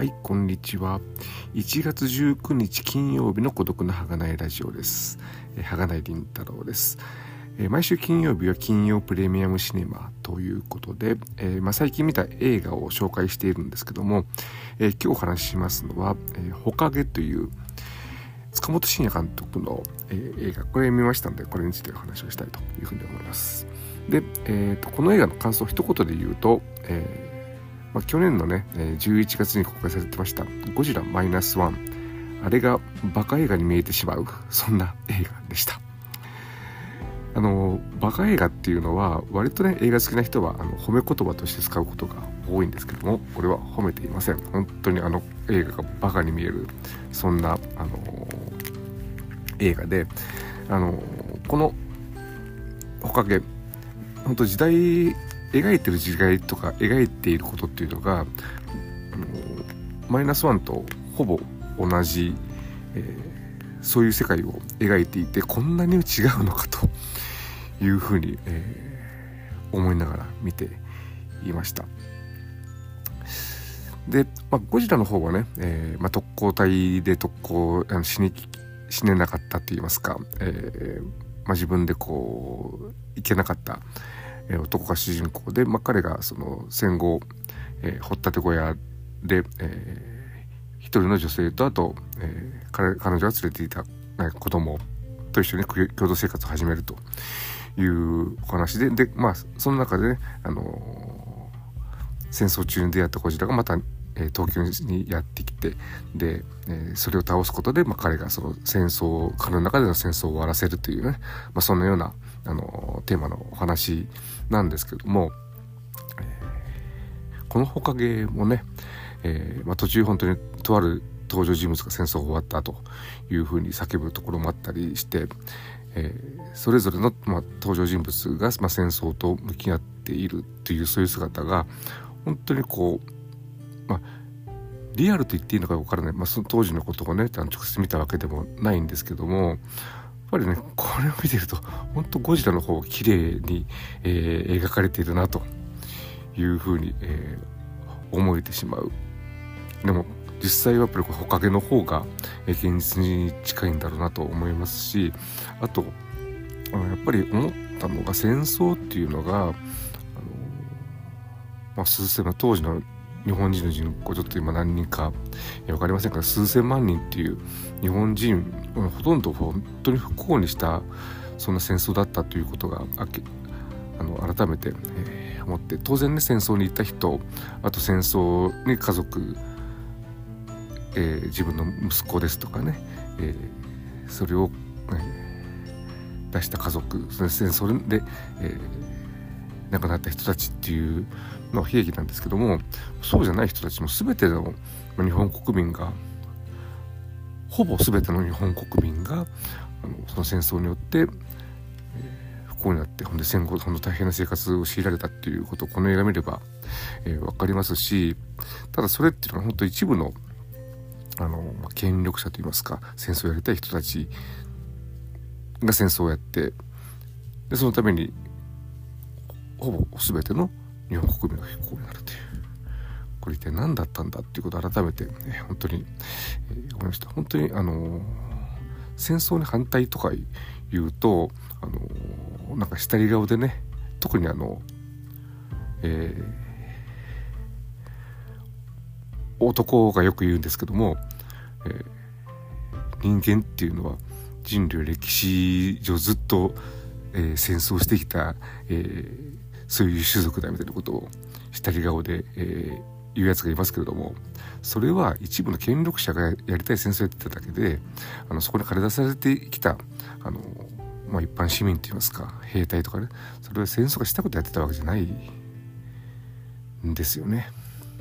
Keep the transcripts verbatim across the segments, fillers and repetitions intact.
はい、こんにちは。いちがつじゅうくにち金曜日の孤独のはがないラジオです。はがないりんたろうです。えー、毎週金曜日は金曜プレミアムシネマということで、えーまあ、最近見た映画を紹介しているんですけども、えー、今日お話ししますのは、えー、ほかげという塚本慎也監督の、えー、映画、これ見ましたので、これについてお話をしたいというふうに思います。で、えーと、この映画の感想を一言で言うと、えーまあ、去年のねじゅういちがつに公開されてましたゴジラマイナスワン、あれがバカ映画に見えてしまう、そんな映画でした。あのバカ映画っていうのは割とね、映画好きな人はあの褒め言葉として使うことが多いんですけども、これは褒めていません。本当にあの映画がバカに見える、そんなあの映画で、あのこのほかげ、本当時代描いてる時代とか描いていることっていうのが、あのマイナスワンとほぼ同じ、えー、そういう世界を描いていて、こんなに違うのかというふうに、えー、思いながら見ていました。で、まあ、ゴジラの方はね、えーまあ、特攻隊で特攻あの死に死ねなかったといいますか、えーまあ、自分でこういけなかった男が主人公で、まあ、彼がその戦後、えー、掘ったて小屋で、えー、一人の女性と、あと、えー、彼, 彼女が連れていた、えー、子供と一緒に共同生活を始めるというお話で、で、まあ、その中でね、あのー、戦争中に出会ったゴジラがまた、えー、東京にやってきて、で、えー、それを倒すことで、まあ、彼がその戦争、彼の中での戦争を終わらせるというね、まあ、そんなようなあのテーマのお話なんですけども、えー、このほかげもね、えーまあ、途中本当にとある登場人物が戦争が終わったというふうに叫ぶところもあったりして、えー、それぞれの、まあ、登場人物が、まあ、戦争と向き合っているという、そういう姿が本当にこう、まあ、リアルと言っていいのか分からない、まあ、その当時のことをね直接見たわけでもないんですけども、やっぱりね、これを見てると本当ゴジラの方綺麗に、えー、描かれているなというふうに、えー、思えてしまう。でも実際はやっぱりほかげの方が、えー、現実に近いんだろうなと思いますし、あとあのやっぱり思ったのが、戦争っていうのが、あの、まあ、数千万当時の日本人の人口ちょっと今何人か分かりませんが、数千万人っていう日本人ほとんど本当に不幸にしたそんな戦争だったということがあけあの改めて、えー、思って、当然ね、戦争に行った人、あと戦争に家族、えー、自分の息子ですとかね、えー、それを、えー、出した家族、その戦争で、えー、亡くなった人たちっていうのは悲劇なんですけども、そうじゃない人たちも全ての日本国民が、ほぼ全ての日本国民があのその戦争によって、えー、不幸になって、ほんで戦後ほんと大変な生活を強いられたっていうことをこの映画見れば、えー、分かりますし、ただそれっていうのは本当一部のあの、まあ、権力者といいますか、戦争をやりたい人たちが戦争をやって、でそのためにほぼ全ての日本国民が不幸になるという、これ一体何だったんだっていうことを改めて、えー、本当に、えー、思いました。本当にあのー、戦争に反対とか言うと、あのー、なんか下り顔でね、特にあの、えー、男がよく言うんですけども、えー、人間っていうのは人類歴史上ずっと、えー、戦争してきた、えー、そういう種族だみたいなことを下り顔で、えーいうやつがいますけれども、それは一部の権力者がやりたい戦争をやってただけで、あのそこに駆り出されてきたあの、まあ、一般市民といいますか、兵隊とかね、それは戦争がしたことやってたわけじゃないんですよね。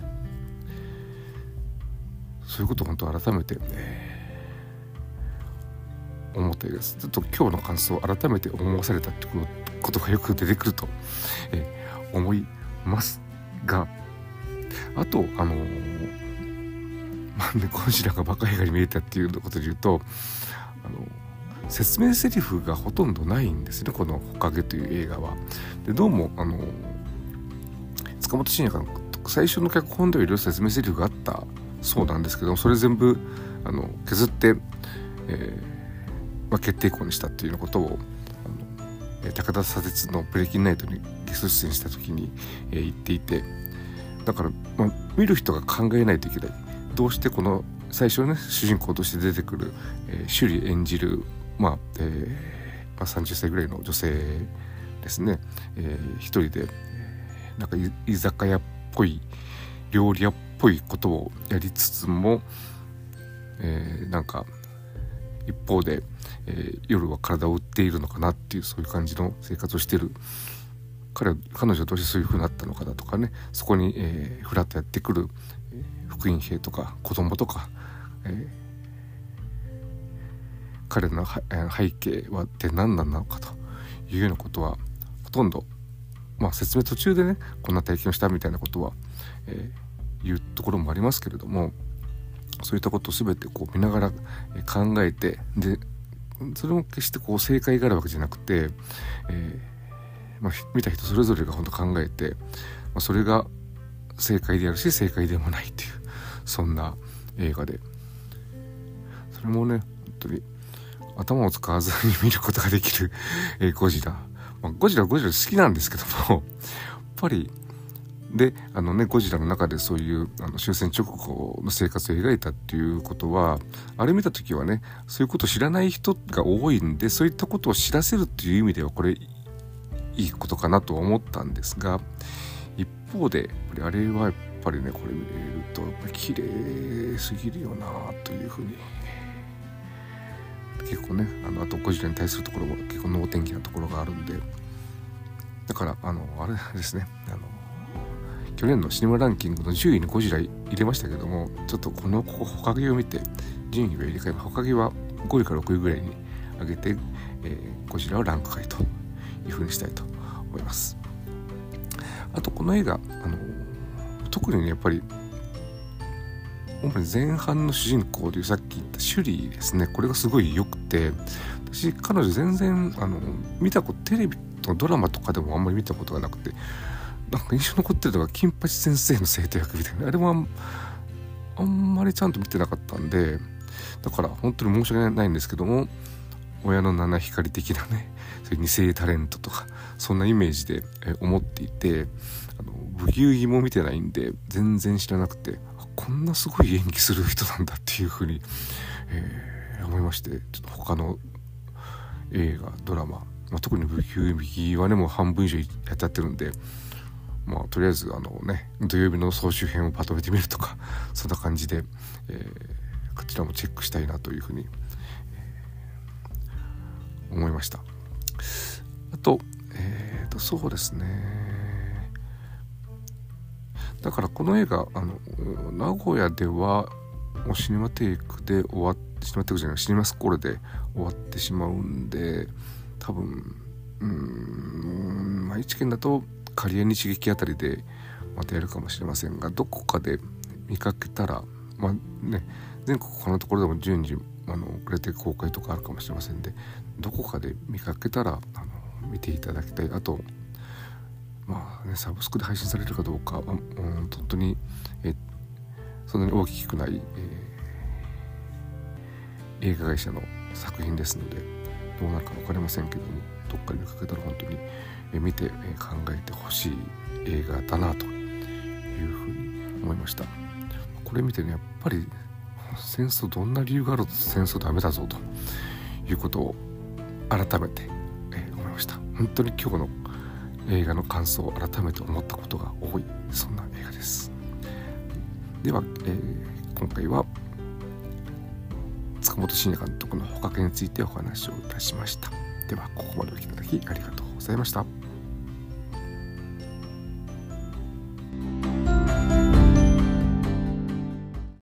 そういうことを本当改めて、えー、思ったです。ちょっと今日の感想を改めて思わされたってことがよく出てくると、えー、思いますが、あとあのー、まあね、ゴジラがバカ映画に見えたっていうことで言うと、あの説明セリフがほとんどないんですね、このほかげという映画は。でどうもあの塚本慎也監督、最初の脚本ではいろいろ説明セリフがあったそうなんですけど、それ全部あの削って、えーまあ、決定校にしたっていうようなことをあの高田砂鉄のブレイキンナイトにゲスト出演した時に、えー、言っていて、だから、まあ、見る人が考えないといけない。どうしてこの最初ね主人公として出てくる、えー、シュリ演じる、まあえーまあ、さんじゅっさいぐらいの女性ですね、えー、一人で、えー、なんか居酒屋っぽい料理屋っぽいことをやりつつも、えー、なんか一方で、えー、夜は体を売っているのかなっていう、そういう感じの生活をしている。彼は彼女はどうしてそういう風になったのかだとかね、そこに、えー、フラッとやってくる、えー、福音兵とか子供とか、えー、彼の背景はって何なのかというようなことはほとんど、まあ、説明途中でねこんな体験をしたみたいなことは、えー、言うところもありますけれども、そういったことを全てこう見ながら考えて、でそれも決してこう正解があるわけじゃなくて、えーまあ、見た人それぞれが本当考えて、まあ、それが正解であるし正解でもないっていう、そんな映画で、それもね本当に頭を使わずに見ることができる、えー、ゴジラ、まあ、ゴジラゴジラ好きなんですけども、やっぱりであのねゴジラの中でそういうあの終戦直後の生活を描いたっていうことは、あれ見た時はねそういうことを知らない人が多いんで、そういったことを知らせるっていう意味ではこれいいことかなと思ったんですが、一方でやっぱりあれはやっぱりねこれ見るとやっぱり綺麗すぎるよなというふうに、結構ねあのあとゴジラに対するところも結構能天気なところがあるんで、だからあのあれですね、あの去年のシネマランキングのじゅういにゴジラ入れましたけども、ちょっとこのほかげを見て順位を入れ替えば、ほかげはごいからろくいぐらいに上げて、えー、ゴジラをランク外という風にしたいと思います。あとこの映画、あの特にねやっぱり主に前半の主人公というさっき言ったシュリーですね、これがすごい良くて、私彼女全然あの見たことテレビとドラマとかでもあんまり見たことがなくて、なんか印象残ってるのが金八先生の生徒役みたいな、あれはあんまりちゃんと見てなかったんで、だから本当に申し訳ないんですけども、親の七光的なねそういう二世タレントとかそんなイメージで思っていて、あのブギウギも見てないんで全然知らなくて、こんなすごい演技する人なんだっていうふうに、えー、思いまして、ちょっと他の映画ドラマ、まあ、特にブギウギはねもう半分以上やっちゃってるんで、まあとりあえずあのね土曜日の総集編をまとめてみるとか、そんな感じで、えー、こちらもチェックしたいなというふうに、えー、思いました。あと、えーとそうですね、だからこの映画あの名古屋ではもうシネマテイクで終わってシネマテイクじゃないシネマスコールで終わってしまうんで、多分うーん、まあ、愛知県だと刈谷日劇あたりでまたやるかもしれませんが、どこかで見かけたら、まあね、全国他のところでも順次あの遅れて公開とかあるかもしれませんで、どこかで見かけたらあの見ていただきたい。あとまあね、サブスクで配信されるかどうか、うん、本当にえそんなに大きくない、えー、映画会社の作品ですのでどうなるか分かりませんけども、どっかで見かけたら本当に、えー、見て、えー、考えてほしい映画だなというふうに思いました。これ見てねやっぱり戦争どんな理由があると戦争ダメだぞということを改めて、えー、思いました。本当に今日の映画の感想を改めて思ったことが多い、そんな映画です。では、えー、今回は塚本慎也監督の捕獲についてお話をいたしました。ではここまでお聞きいただきありがとうございました。